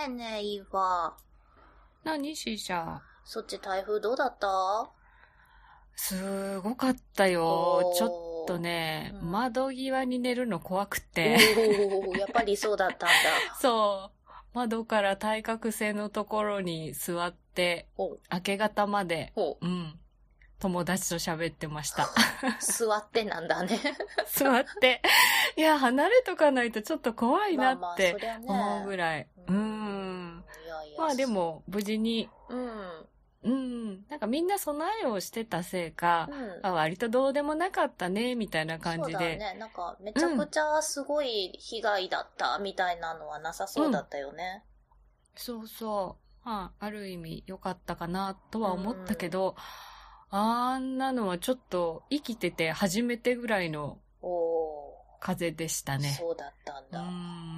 ねえねえ、いいわ。 何しーしゃ。 そっち台風どうだった？ すごかったよ。ちょっとね、 うん。 窓際に寝るの怖くて。 おー、やっぱりそうだったんだ。 そう。窓から対角線のところに座って、 ほう。 明け方まで、 ほう。 友達と喋ってました。 座ってなんだね。 座って。いや、離れとかないとちょっと怖いなまあ、 ってそりゃね。 思うぐらい。 いやいや。 まあでも、無事に、なんかみんな備えをしてたせいか、割とどうでもなかったね、みたいな感じで。 そうだね。なんか、めちゃくちゃすごい被害だったみたいなのはなさそうだったよね。 そうそう。ある意味良かったかなとは思ったけど、あんなのはちょっと生きてて初めてぐらいの風でしたね。 そうだったんだ。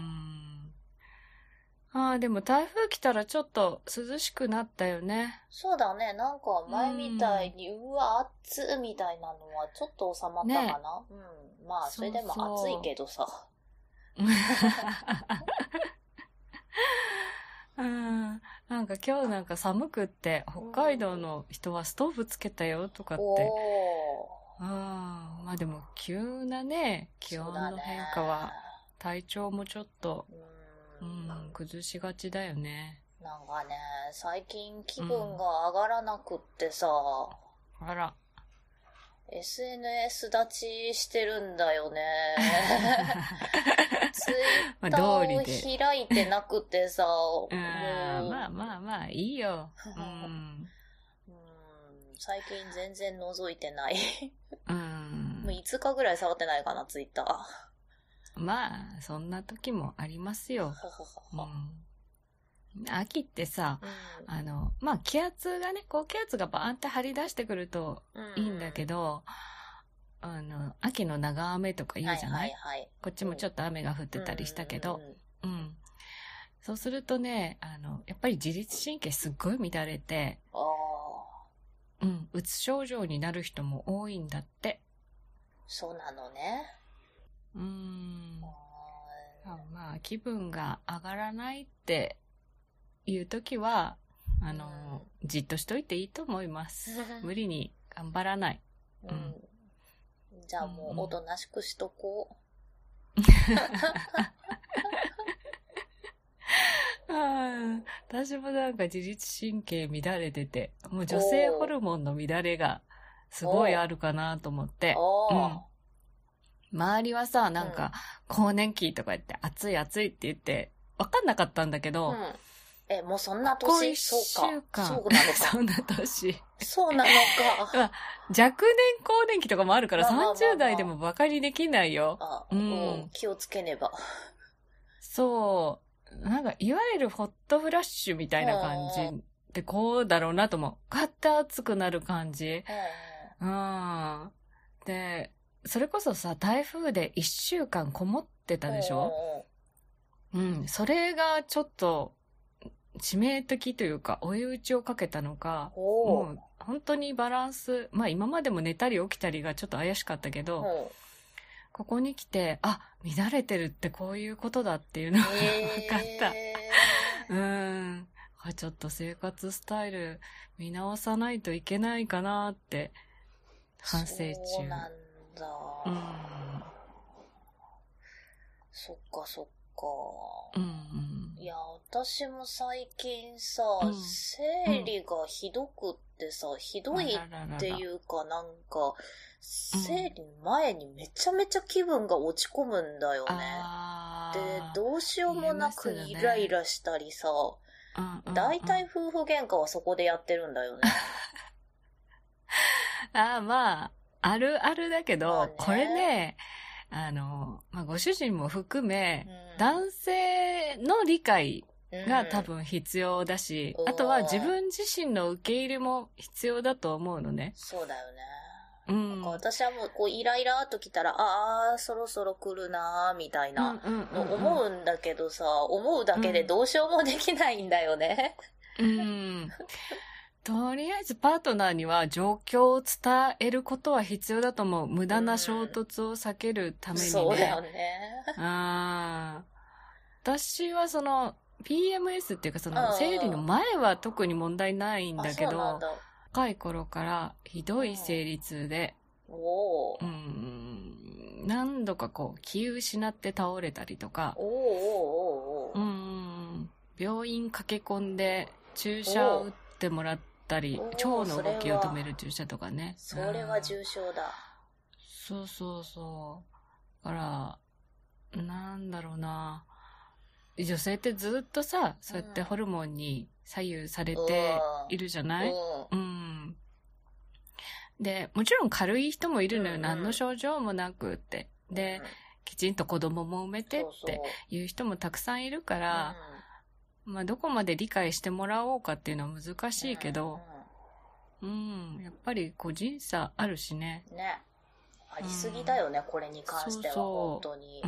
でも台風来たらちょっと涼しくなったよね。 そうだね。なんか前みたいに、うわ、暑みたいなのはちょっと収まったかな。ね、まあ、それでも暑いけどさ。 なんか今日なんか寒くって、北海道の人はストーブつけたよとかって。まあでも急なね、気温の変化は、体調もちょっと、崩しがちだよね。 なんかね、最近気分が上がらなくってさ、 あら。 SNS 立ちしてるんだよね。ツイッターを開いてなくてさ、 まあ、いいよ。 最近全然覗いてない。もう5日ぐらい触ってないかな、ツイッター。 まあ、そんな時もありますよ。秋ってさ、まあ気圧がね、高気圧がバーンって張り出してくるといいんだけど、秋の長雨とか言うじゃない？こっちもちょっと雨が降ってたりしたけど、そうするとね、やっぱり自律神経すっごい乱れて、うつ症状になる人も多いんだって。 そうなのね。 まあ気分が上がらないっていう時は、じっとしといていいと思います。無理に頑張らない。 じゃあもうおとなしくしとこう。 私もなんか自律神経乱れてて、もう女性ホルモンの乱れがすごいあるかなと思って。周りはさ、なんか、更年期とか言って暑い暑いって言って、わかんなかったんだけど、 もうそんな年？ そうか。 そうなのか。 そんな年。 そうなのか。 若年更年期とかもあるから30代でもバカにできないよ。 気をつけねば。 そう。なんか、いわゆるホットフラッシュみたいな感じってこうだろうなと思う。ガッて熱くなる感じ。で、それこそさ、台風で1週間こもってたでしょ？それがちょっと、致命的というか、追い打ちをかけたのか、もう本当にバランス、まあ今までも寝たり起きたりがちょっと怪しかったけど、ここに来て、乱れてるってこういうことだっていうのが分かった。ちょっと生活スタイル見直さないといけないかなって反省中。 そうなんだ。そっかそっか。いや、私も最近さ、生理がひどくってさ、ひどいっていうかなんか、生理前にめちゃめちゃ気分が落ち込むんだよね。で、どうしようもなくイライラしたりさ、だいたい夫婦喧嘩はそこでやってるんだよね。 まあ、あるあるだけど、これね、ご主人も含め、男性の理解が多分必要だし、あとは自分自身の受け入れも必要だと思うのね。 そうだよね。なんか私はもうこうイライラーっときたら、そろそろ来るなーみたいなの思うんだけどさ、思うだけでどうしようもできないんだよね。 とりあえずパートナーには状況を伝えることは必要だと思う。無駄な衝突を避けるためにね。 そうだよね。 私はその PMS っていうか生理の前は特に問題ないんだけど、若い頃からひどい生理痛で、何度か気失って倒れたりとか、病院駆け込んで注射を打ってもらったり、腸の動きを止める注射とかね。 それは重症だ。 そうそうそう。だから、なんだろうな。女性ってずっとさ、そうやってホルモンに左右されているじゃない？で、もちろん軽い人もいるのよ。何の症状もなくって。で、きちんと子供も産めてっていう人もたくさんいるから、まあどこまで理解してもらおうかっていうのは難しいけど、やっぱり個人差あるしね。 ね。ありすぎだよね、これに関しては、本当に。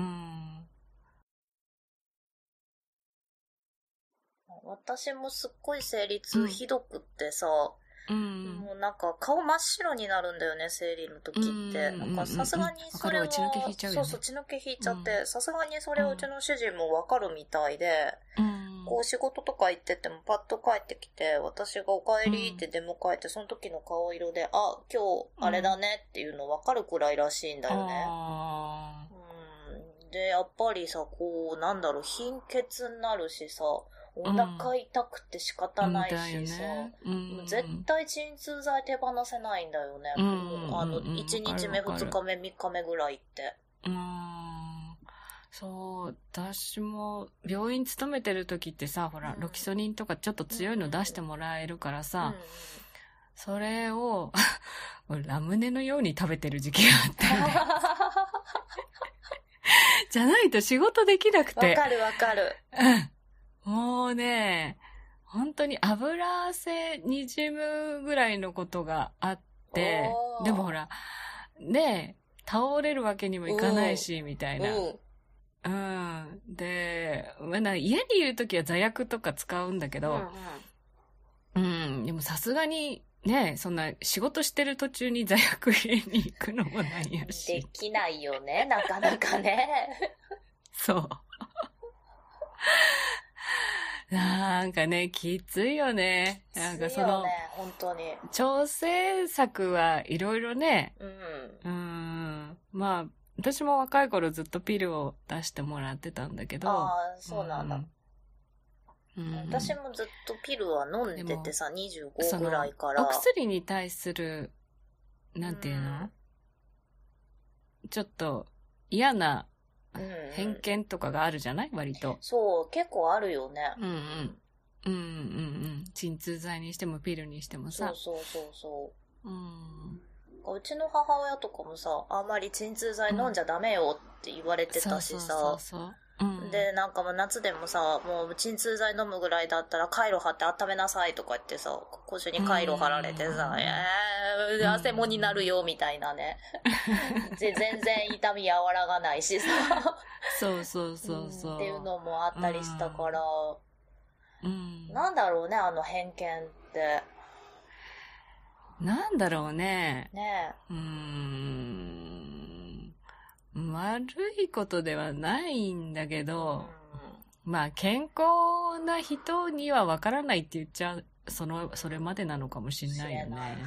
私もすっごい生理痛ひどくってさ、もうなんか顔真っ白になるんだよね、生理の時って。なんかさすがにそれは、 血抜け引いちゃうよね。 そう、血抜け引いちゃって、さすがにそれをうちの主人もわかるみたいで、こう仕事とか行っててもパッと帰ってきて、私がお帰りって出迎えて、その時の顔色で、あ、今日あれだねっていうのわかるくらいらしいんだよね。で、やっぱりさ、なんだろう、貧血になるしさ、お腹痛くて仕方ないしさ、絶対鎮痛剤手放せないんだよね。1日目、2日目、3日目ぐらいって。 そう、私も病院勤めてる時ってさ、ほら、ロキソニンとかちょっと強いの出してもらえるからさ、それをラムネのように食べてる時期があったよね。じゃないと仕事できなくて。 わかるわかる。 もうね、本当に油汗にじむぐらいのことがあって、でもほら、ね、倒れるわけにもいかないし、みたいな。で、家にいるときは座薬とか使うんだけど、でもさすがに、ね、そんな仕事してる途中に座薬入れに行くのもないやし。 できないよね、なかなかね。 そう。なんかね、きついよね。なんか本当に。 調整策はいろいろね。まあ、私も若い頃ずっとピルを出してもらってたんだけど。 ああ、そうなんだ。私もずっとピルは飲んでてさ、25ぐらいから。 お薬に対する、なんていうの？ちょっと嫌な偏見とかがあるじゃない？割と。 そう、結構あるよね。 鎮痛剤にしてもピルにしてもさ。 そう。うちの母親とかもさ、あんまり鎮痛剤飲んじゃダメよって言われてたしさ。で、なんかもう夏でもさ、もう鎮痛剤飲むぐらいだったらカイロ貼って温めなさいとか言ってさ、腰にカイロ貼られてさ、汗もになるよみたいなね。全然痛み和らがないしさ。 そう。 っていうのもあったりしたから、なんだろうね、あの偏見って。 なんだろうね。 ね悪いことではないんだけど、まあ健康な人にはわからないって言っちゃう、それまでなのかもしれないよね。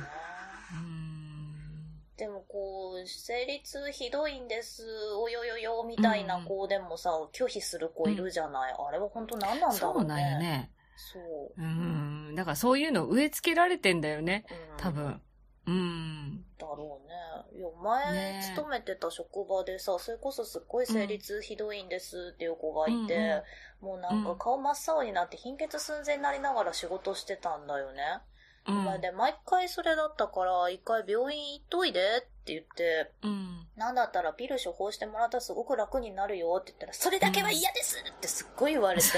でも生理痛ひどいんです、およよよみたいな子でもさ、拒否する子いるじゃない。あれは本当何なんだろうね。 そうなんよね。 そう。 だからそういうの植え付けられてんだよね、多分。 だろうね。いや、前勤めてた職場でさ、それこそすっごい生理痛ひどいんですっていう子がいて、もうなんか顔真っ青になって貧血寸前になりながら仕事してたんだよね。で、毎回それだったから、一回病院行っといでって言って、なんだったらピル処方してもらったらすごく楽になるよって言ったら、それだけは嫌ですってすっごい言われて。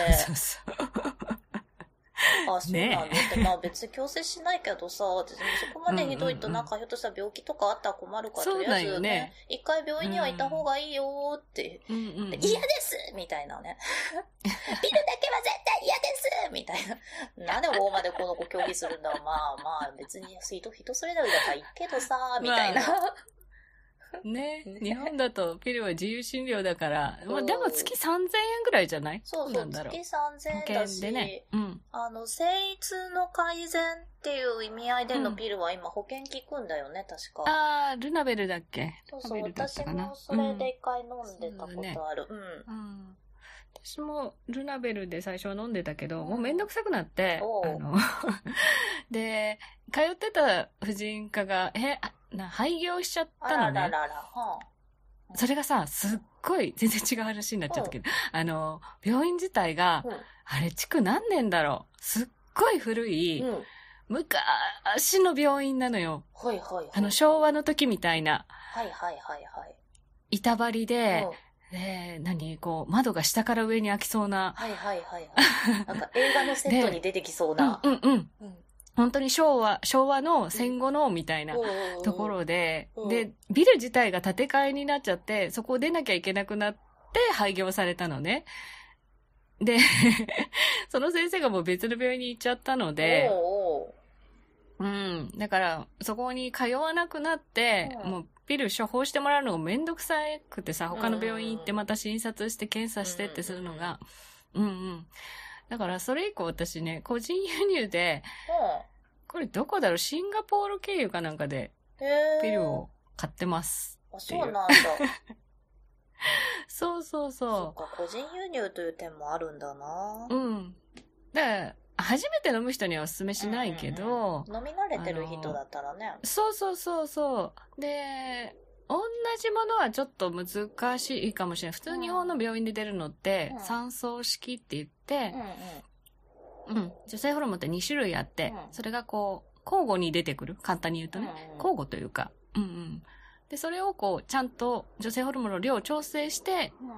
あ、そうなんだって、まあ別に強制しないけどさ、そこまでひどいとなんかひょっとしたら病気とかあったら困るから、とりあえずね、一回病院には行った方がいいよって、嫌ですみたいなね。ピルだけは絶対嫌ですみたいな。なんでここまでこの子拒否するんだろう。まあ別に人それぞれだからいいけどさ、みたいな。 ね。日本だとピルは自由診療だから、まあでも月3000円ぐらいじゃない？ そうそう、月3000円だし、 ね、 生理痛の改善っていう意味合いでのピルは今保険効くんだよね、確か。 あー、ルナベルだっけ？ そうそう、私もそれで一回飲んでたことある。 私もルナベルで最初は飲んでたけど、もうめんどくさくなって、で、通ってた婦人科が、廃業しちゃったのね。それがさ、すっごい全然違う話になっちゃったけど、病院自体が、あれ、築何年だろう。すっごい古い、昔の病院なのよ。昭和の時みたいな。板張りで、窓が下から上に開きそうな。 なんか映画のセットに出てきそうな。 本当に昭和の戦後のみたいなところで、で、ビル自体が建て替えになっちゃって、そこを出なきゃいけなくなって廃業されたのね。で、その先生がもう別の病院に行っちゃったので、だから、そこに通わなくなって、もうピル処方してもらうのがめんどくさくてさ、他の病院行ってまた診察して検査してってするのが、だからそれ以降私ね、個人輸入で、これどこだろう、シンガポール経由かなんかで、ピルを買ってます。 そうなんだ。 そう。 そっか、個人輸入という点もあるんだな。 で、初めて飲む人にはお勧めしないけど、 飲み慣れてる人だったらね。 そう。で、同じものはちょっと難しいかもしれない。普通日本の病院で出るのって、3層式って言って、女性ホルモンって2種類あって、それがこう、交互に出てくる。簡単に言うとね。交互というか。で、それをこう、ちゃんと女性ホルモンの量を調整して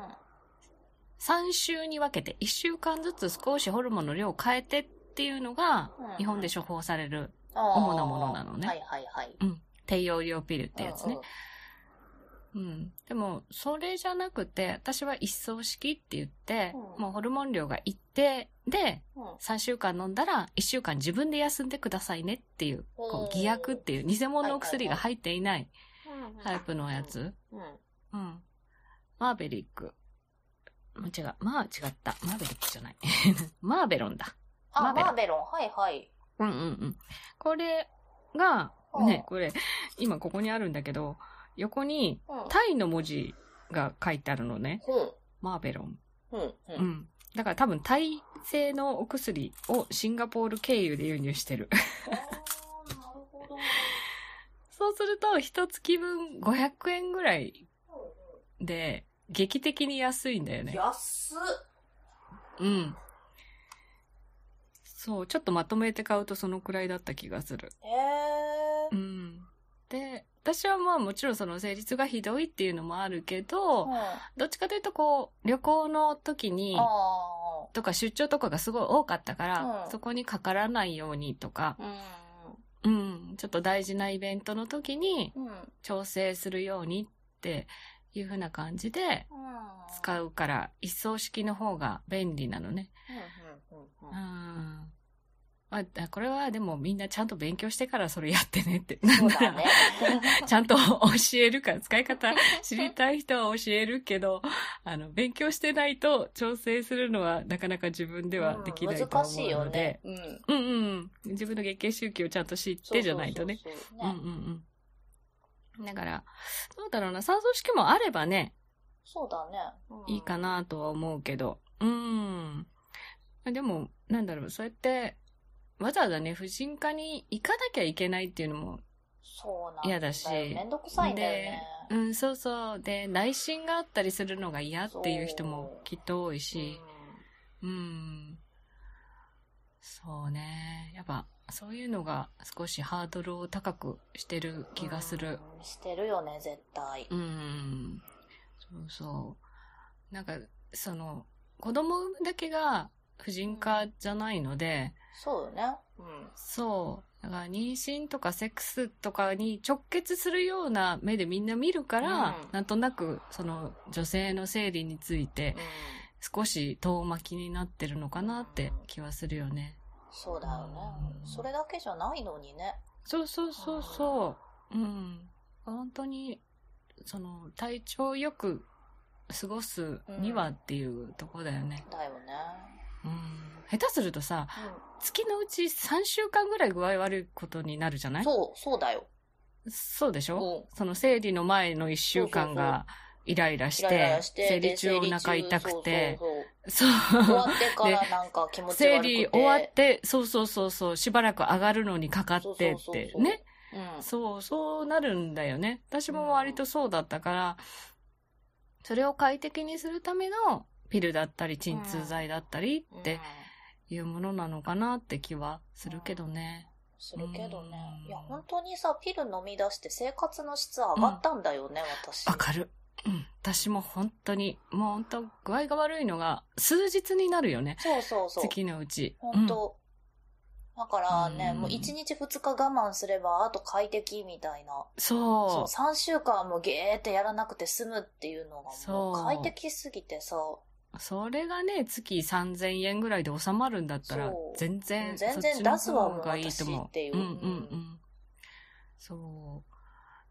、3週に分けて、1週間ずつ少しホルモンの量を変えてっていうのが、日本で処方される主なものなのね。低用量ピルってやつね。でも、それじゃなくて、私は一層式って言って、もうホルモン量が一定で、3週間飲んだら、1週間自分で休んでくださいねっていう、こう、偽薬っていう偽物の薬が入っていないタイプのやつ。マーベリック。違った。マーベリックじゃない。マーベロンだ。 マーベロン。 これが、ね、これ、今ここにあるんだけど、横に、タイの文字が書いてあるのね。マーベロン。だから多分、タイ製のお薬をシンガポール経由で輸入してる。 なるほど。 そうすると、一月分500円ぐらいで、劇的に安いんだよね。 安っ。 そう、ちょっとまとめて買うとそのくらいだった気がする。で、私はまあもちろんその生理痛がひどいっていうのもあるけど、どっちかというとこう、旅行の時に、とか出張とかがすごい多かったから、そこにかからないようにとか、ちょっと大事なイベントの時に調整するようにっていう風な感じで使うから、一層式の方が便利なのね。これはでもみんなちゃんと勉強してからそれやってねって。 そうだね。 ちゃんと教えるから、使い方知りたい人は教えるけど、勉強してないと調整するのはなかなか自分ではできないと思うので。難しいよね。自分の月経周期をちゃんと知ってじゃないとね。だから、どうだろうな、酸素式もあればね。 そうだね。 いいかなとは思うけど。でも、なんだろう、そうやって、わざわざね、婦人科に行かなきゃいけないっていうのも嫌だし。 めんどくさいんだよね。 そう。で、内診があったりするのが嫌っていう人もきっと多いし。そうね。やっぱ、そういうのが少しハードルを高くしてる気がする。 してるよね、絶対。 そう。なんか、子供産むだけが婦人科じゃないので、 そうよね。 そう。だから妊娠とかセックスとかに直結するような目でみんな見るから、なんとなくその女性の生理について少し遠巻きになってるのかなって気はするよね。 そうだよね。それだけじゃないのにね。 そう。本当にその、体調よく過ごすにはっていうところだよね。 だよね。 下手するとさ、月のうち3週間ぐらい具合悪いことになるじゃない？ そうだよ。 そうでしょ？その生理の前の1週間がイライラして、生理中お腹痛くて、 そう。終わってからなんか気持ち悪くて。 生理終わって、そう、しばらく上がるのにかかってってね。そうなるんだよね。私も割とそうだったから、それを快適にするためのピルだったり鎮痛剤だったりっていうものなのかなって気はするけどね。 するけどね。いや、本当にさ、ピル飲み出して生活の質上がったんだよね、私。 わかる。私も本当に、もう本当具合が悪いのが数日になるよね。 そう。 月のうち。 本当。だからね、もう1日2日我慢すれば、あと快適みたいな。そう。3週間もゲーってやらなくて済むっていうのがもう快適すぎてさ。 それがね、月3000円ぐらいで収まるんだったら、全然出すわもう私っていう。 そう。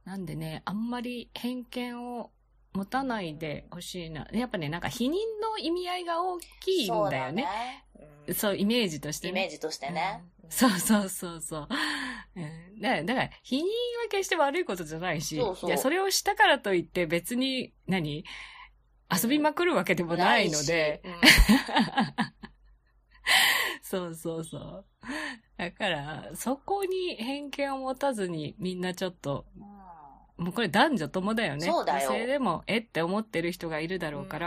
なんでね、あんまり偏見を持たないでほしいな。やっぱね、なんか否認の意味合いが大きいんだよね。そう、イメージとしてね。 イメージとしてね。 そう。だから、否認は決して悪いことじゃないし、いや、それをしたからといって別に、遊びまくるわけでもないので。そう。だから、そこに偏見を持たずにみんなちょっと、もうこれ男女ともだよね。 そうだよ。 女性でも、って思ってる人がいるだろうから。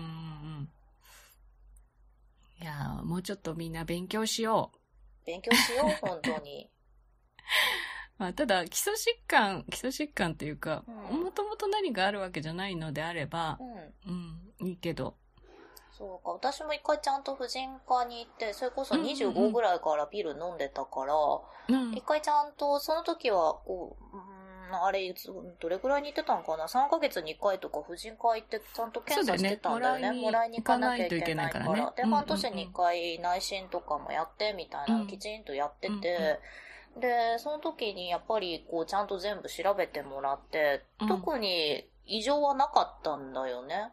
いや、もうちょっとみんな勉強しよう、本当に。 まあ、ただ、基礎疾患というか、もともと何かあるわけじゃないのであれば、いいけど。 そうか、私も一回ちゃんと婦人科に行って、それこそ25ぐらいからピル飲んでたから、一回ちゃんと、その時は、あれ、どれぐらいに行ってたのかな ?3 ヶ月に1回とか婦人科行ってちゃんと検査してたんだよね。もらいに行かなきゃいけないから。で、半年に1回内診とかもやってみたいな、きちんとやってて、で、その時にやっぱりちゃんと全部調べてもらって、特に異常はなかったんだよね。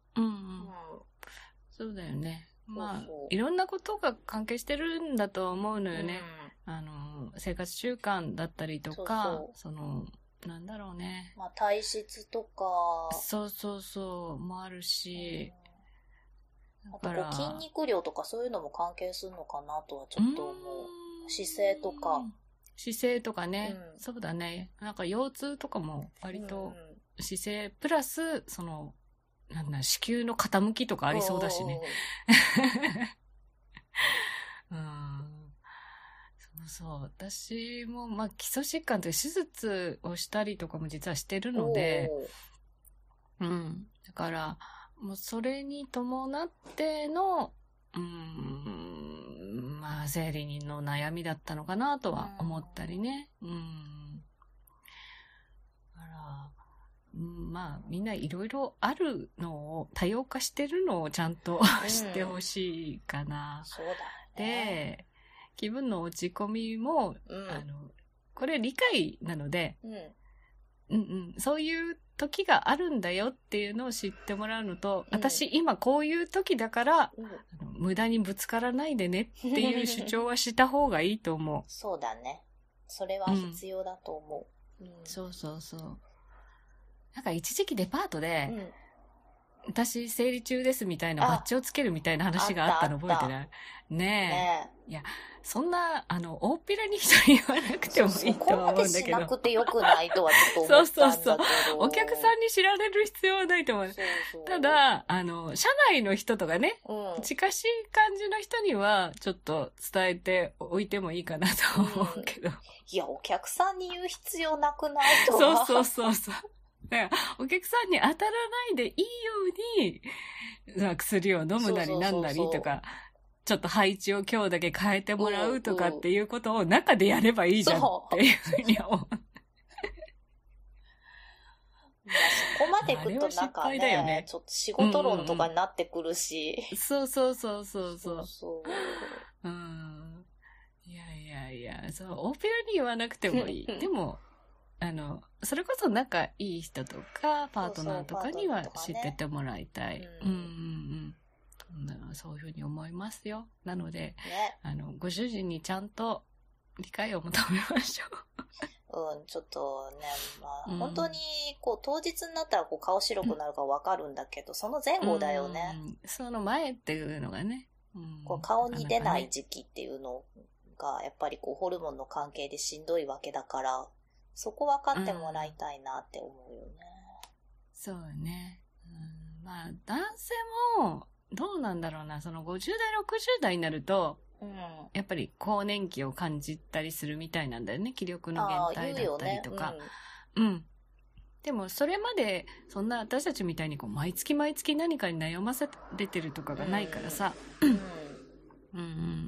そうだよね。まあ、いろんなことが関係してるんだと思うのよね。生活習慣だったりとか、なんだろうね。 まあ、体質とか。 そう、もあるし。 あと筋肉量とかそういうのも関係するのかなとはちょっと思う。姿勢とか。 姿勢とかね。そうだね。なんか腰痛とかも割と姿勢プラス、子宮の傾きとかありそうだしね。そう。私も、まあ、基礎疾患という手術をしたりとかも実はしてるので、だから、もうそれに伴っての、まあ、生理の悩みだったのかなとは思ったりね。だから、まあ、みんないろいろあるのを、多様化してるのをちゃんと知ってほしいかな。 そうだね。 で、気分の落ち込みも、これ理解なので、そういう時があるんだよっていうのを知ってもらうのと、私今こういう時だから、無駄にぶつからないでねっていう主張はした方がいいと思う。 そうだね。それは必要だと思う。 そう。なんか一時期デパートで、私生理中ですみたいなバッジをつけるみたいな話があったの覚えてない？ねえ。いや、そんな、大っぴらに人に言わなくてもいいとは思うんだけど。そこまでしなくてよくないとはちょっと思ったんだけど。そう。 お客さんに知られる必要はないと思う。ただ、社内の人とかね、近しい感じの人には、ちょっと伝えておいてもいいかなと思うけど。 いや、お客さんに言う必要なくないとは。 そう。だからお客さんに当たらないでいいように、薬を飲むなりなんなりとか、ちょっと配置を今日だけ変えてもらうとかっていうことを中でやればいいじゃんっていうふうに思う。 そこまでいくとなんかね、ちょっと仕事論とかになってくるし。 そう。いや、そう、大っぴらに言わなくてもいい。でも、 それこそ仲いい人とか、パートナーとかには知っててもらいたい。そういうふうに思いますよ。なので、ご主人にちゃんと理解を求めましょう。ちょっとね、本当に、当日になったら顔白くなるかわかるんだけど、その前後だよね。 その前っていうのがね。 顔に出ない時期っていうのが、やっぱりホルモンの関係でしんどいわけだから、そこ分かってもらいたいなって思うよね。 そうね。男性も、どうなんだろうな、その50代、60代になると、やっぱり更年期を感じたりするみたいなんだよね。気力の減退だったりとか。でも、それまで、そんな私たちみたいに毎月毎月何かに悩まされてるとかがないからさ。だ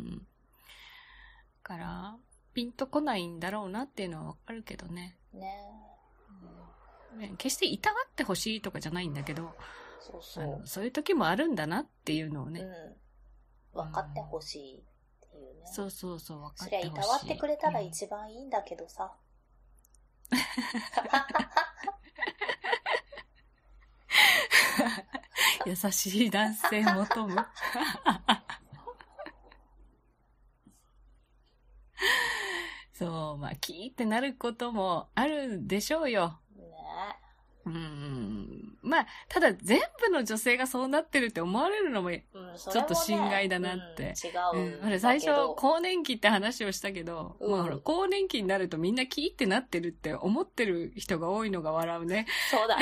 から、ピンとこないんだろうなっていうのはわかるけどね。決していたわってほしいとかじゃないんだけど、そういう時もあるんだなっていうのをね。 分かってほしいっていうね。 そう、分かってほしい。 そりゃいたわってくれたら一番いいんだけどさ。 優しい男性求む。そう、キーってなることもあるでしょうよ。ただ全部の女性がそうなってるって思われるのも、ちょっと心外だなって。 違う。 最初、更年期って話をしたけど、更年期になるとみんなキーってなってるって思ってる人が多いのが笑うね。 そうだね。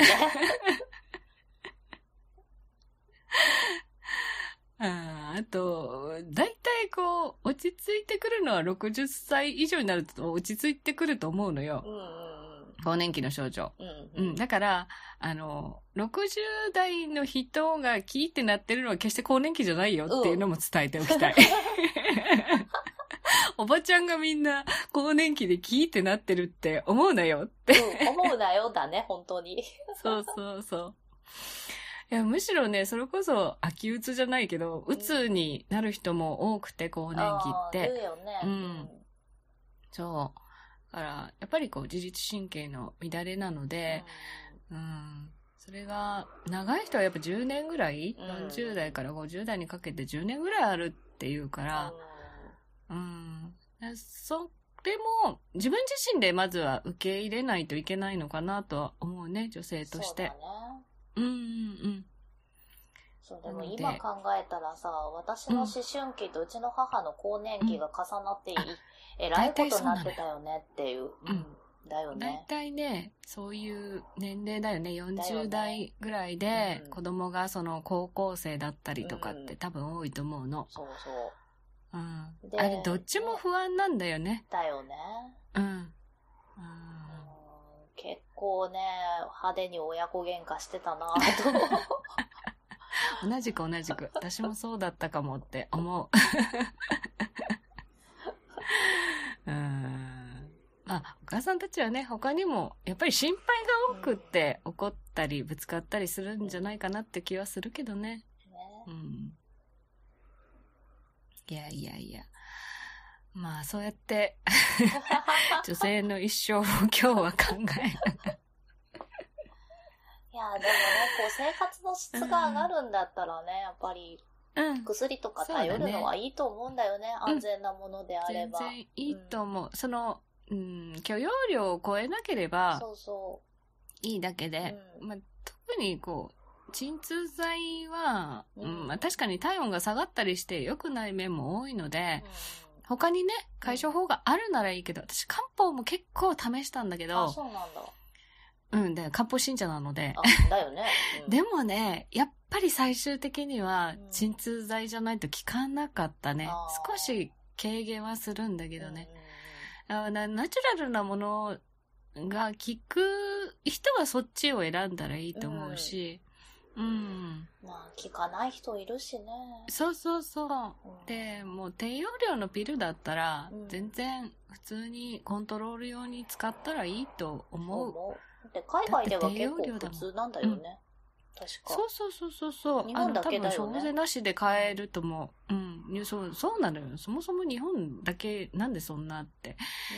あと、だいたい落ち着いてくるのは60歳以上になると落ち着いてくると思うのよ。更年期の症状。だから、60代の人がキーってなってるのは決して更年期じゃないよっていうのも伝えておきたい。おばちゃんがみんな更年期でキーってなってるって思うなよって。 思うなよだね、本当に。 そう。いや、むしろね、それこそ秋うつじゃないけど、うつになる人も多くて、更年期って。 言うよね。 そう。だから、やっぱり自律神経の乱れなので、それが、長い人はやっぱ10年ぐらい、40代から50代にかけて10年ぐらいあるっていうから、それも、自分自身でまずは受け入れないといけないのかなとは思うね、女性として。 そうだね。そう、でも今考えたらさ、私の思春期とうちの母の更年期が重なってえらいことになってたよねっていう。だよね。 大体ね、そういう年齢だよね。40代ぐらいで子供が高校生だったりとかって多分多いと思うの。 そう。 あれどっちも不安なんだよね。 だよね。結構ね、派手に親子喧嘩してたなぁと。 同じく。私もそうだったかもって思う。お母さんたちはね、他にも、やっぱり心配が多くって怒ったりぶつかったりするんじゃないかなって気はするけどね。いや。そうやって、女性の一生を今日は考えながら。 いや、でもね、生活の質が上がるんだったらね、やっぱり、薬とか頼るのはいいと思うんだよね。安全なものであれば。 全然いいと思う。許容量を超えなければ、いいだけで、特に鎮痛剤は、確かに体温が下がったりして良くない面も多いので、他にね、解消法があるならいいけど、私漢方も結構試したんだけど、 そうなんだ。 で、漢方信者なので。 だよね。 でもね、やっぱり最終的には、鎮痛剤じゃないと効かなかったね。少し軽減はするんだけどね。ナチュラルなものが効く人はそっちを選んだらいいと思うし、 効かない人いるしね。 そう。で、もう低用量のピルだったら、全然普通にコントロール用に使ったらいいと思う。 で海外では結構普通なんだよね。確か。 そう。 日本だけだよね。 多分、症状なしで買えると思う。 そうなのよ。そもそも日本だけなんでそんなって。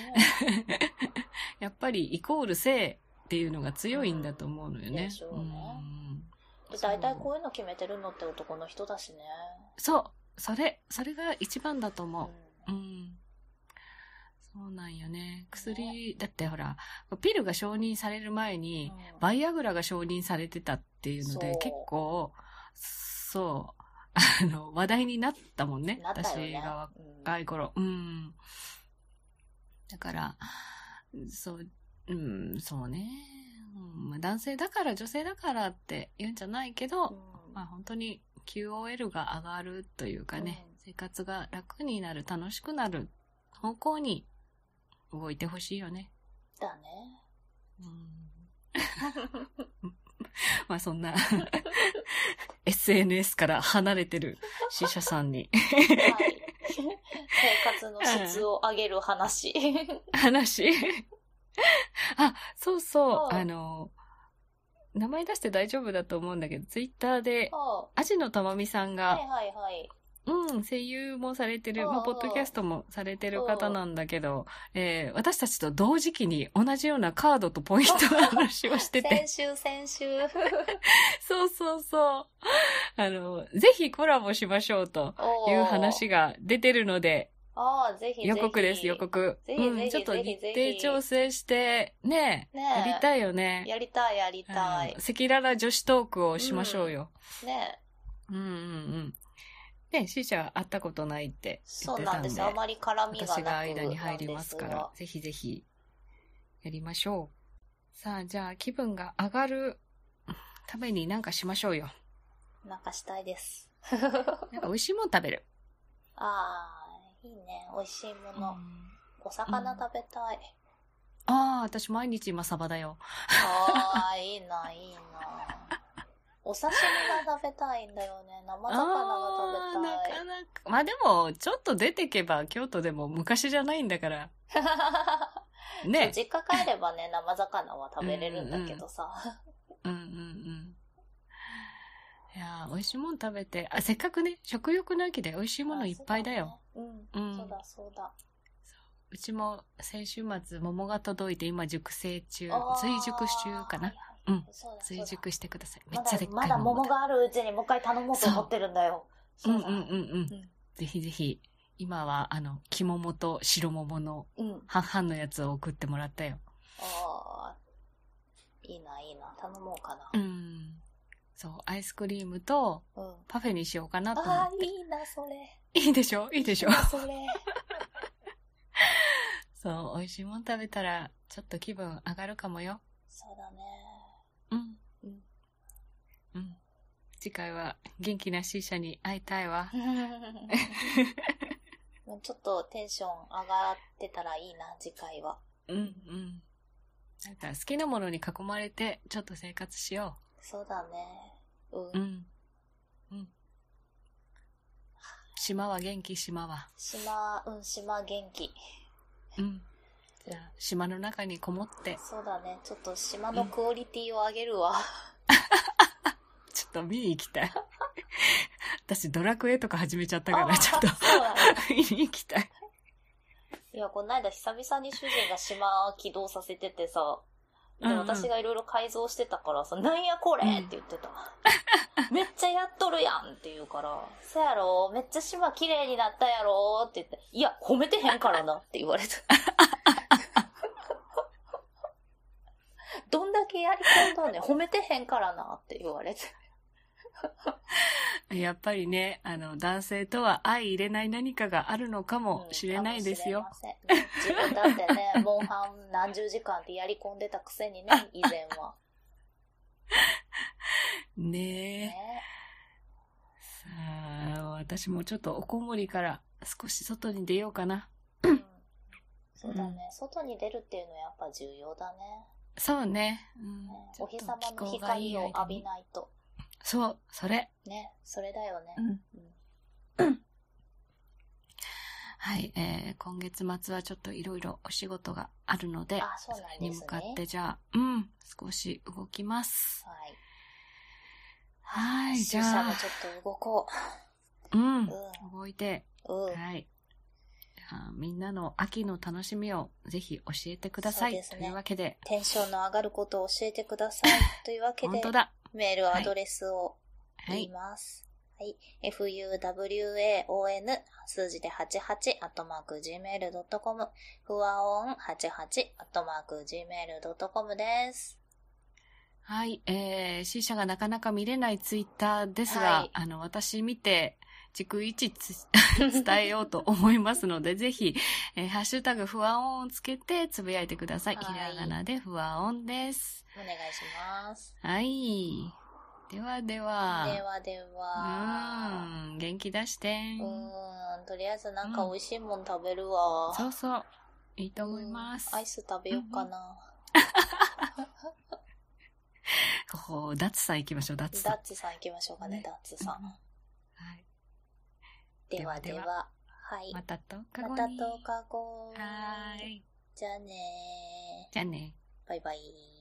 やっぱりイコール性っていうのが強いんだと思うのよね。でしょうね。 大体こういうの決めてるのって男の人だしね。 そう。それが一番だと思う。そうなんよね。薬、だってほら、ピルが承認される前に、バイアグラが承認されてたっていうので、結構、そう、話題になったもんね。私が若い頃。だから、そう、そうね。男性だから女性だからって言うんじゃないけど、まあ本当に QOL が上がるというかね、生活が楽になる、楽しくなる方向に動いてほしいよね。 だね。 まあそんなSNS から離れてる死者さんにはい、生活の質を上げる話あ、そうそう、名前出して大丈夫だと思うんだけど、ツイッターでアジノタマミさんが、声優もされてる、ポッドキャストもされてる方なんだけど、私たちと同時期に同じようなカードとポイントの話をしてて。 先週。 そう。ぜひコラボしましょうという話が出てるので、 ぜひ。 予告です、予告。 ぜひ。 ちょっと日程調整して、ね、やりたいよね。 やりたい。 赤裸々女子トークをしましょうよ。 ね。 ね、C 社は会ったことないって言ってたんで。 そうなんです。あまり絡みがなく私が間に入りますから、ぜひぜひやりましょう。さあ、じゃあ気分が上がるためになんかしましょうよ。 なんかしたいです。 なんか美味しいもん食べる。 いいね。美味しいもの。お魚食べたい。 私毎日今サバだよ。 いいな。お刺身が食べたいんだよね。生魚が食べたい。 なかなか。まあでも、ちょっと出てけば、京都でも昔じゃないんだから。 ね。実家帰ればね、生魚は食べれるんだけどさ。 いや美味しいもん食べて、せっかくね、食欲の秋で美味しいものいっぱいだよ。 そうだ。 うちも先週末桃が届いて今熟成中、追熟中かな。追熟してください。めっちゃでっかいまだ桃があるうちにもう一回頼もうと思ってるんだよ。 ぜひぜひ、今は木桃と白桃の半々のやつを送ってもらったよ。 いいな。頼もうかな。 そう、アイスクリームとパフェにしようかなと思って。 いいな、それ。 いいでしょそれ。 そう、美味しいもん食べたら、ちょっと気分上がるかもよ。 そうだね。 次回は元気な C 社に会いたいわ。 もうちょっとテンション上がってたらいいな、次回は。 なんか好きなものに囲まれて、ちょっと生活しよう。そうだね。 島は元気、島は。 島元気。 じゃあ、島の中にこもって。 そうだね。ちょっと島のクオリティを上げるわ。 ちょっと見に行きたい。私ドラクエとか始めちゃったから、ちょっと見に行きたい。 いや、この間久々に主人が島起動させててさ、で、私がいろいろ改造してたからさ、なんやこれって言ってた。めっちゃやっとるやんって言うから、そやろめっちゃ島綺麗になったやろって言って、いや、褒めてへんからなって言われた。どんだけやり込んだんねん、褒めてへんからなって言われて。 やっぱりね、男性とは相入れない何かがあるのかもしれないですよ。 自分だってね、モンハン何十時間ってやり込んでたくせにね、以前は。 ねえ。さあ、私もちょっとおこもりから少し外に出ようかな。 そうだね、外に出るっていうのはやっぱ重要だね。 そうね。 お日様の光を浴びないと。 そう、それ。 ね、それだよね。 はい、今月末はちょっといろいろお仕事があるので、 それに向かってじゃあ、少し動きます。 はい、じゃあ。C 社もちょっと動こう。 うん。動いて。はい。みんなの秋の楽しみをぜひ教えてください。そうですね。というわけで。 テンションの上がることを教えてください。というわけで。本当だ。メールアドレスを言います。はい。fuwaon 数字で88@gmail.com ふわおん88@gmail.com です。 はい。C 社がなかなか見れないツイッターですが、はい、私見て、逐一伝えようと思いますので、ぜひ、ハッシュタグふわおんをつけてつぶやいてください。ひらがなでふわおんです。 お願いします。 はい。ではでは。元気出して。 とりあえずなんか美味しいもん食べるわ。 そうそう。いいと思います。 アイス食べようかな。 ダッツさん行きましょう、ダッツさん。 ダッツさん行きましょうかね、ダッツさん。はい。ではでは。はい。 また10日後に。 また10日後。 はい。 じゃあね。 じゃあね。 バイバイ。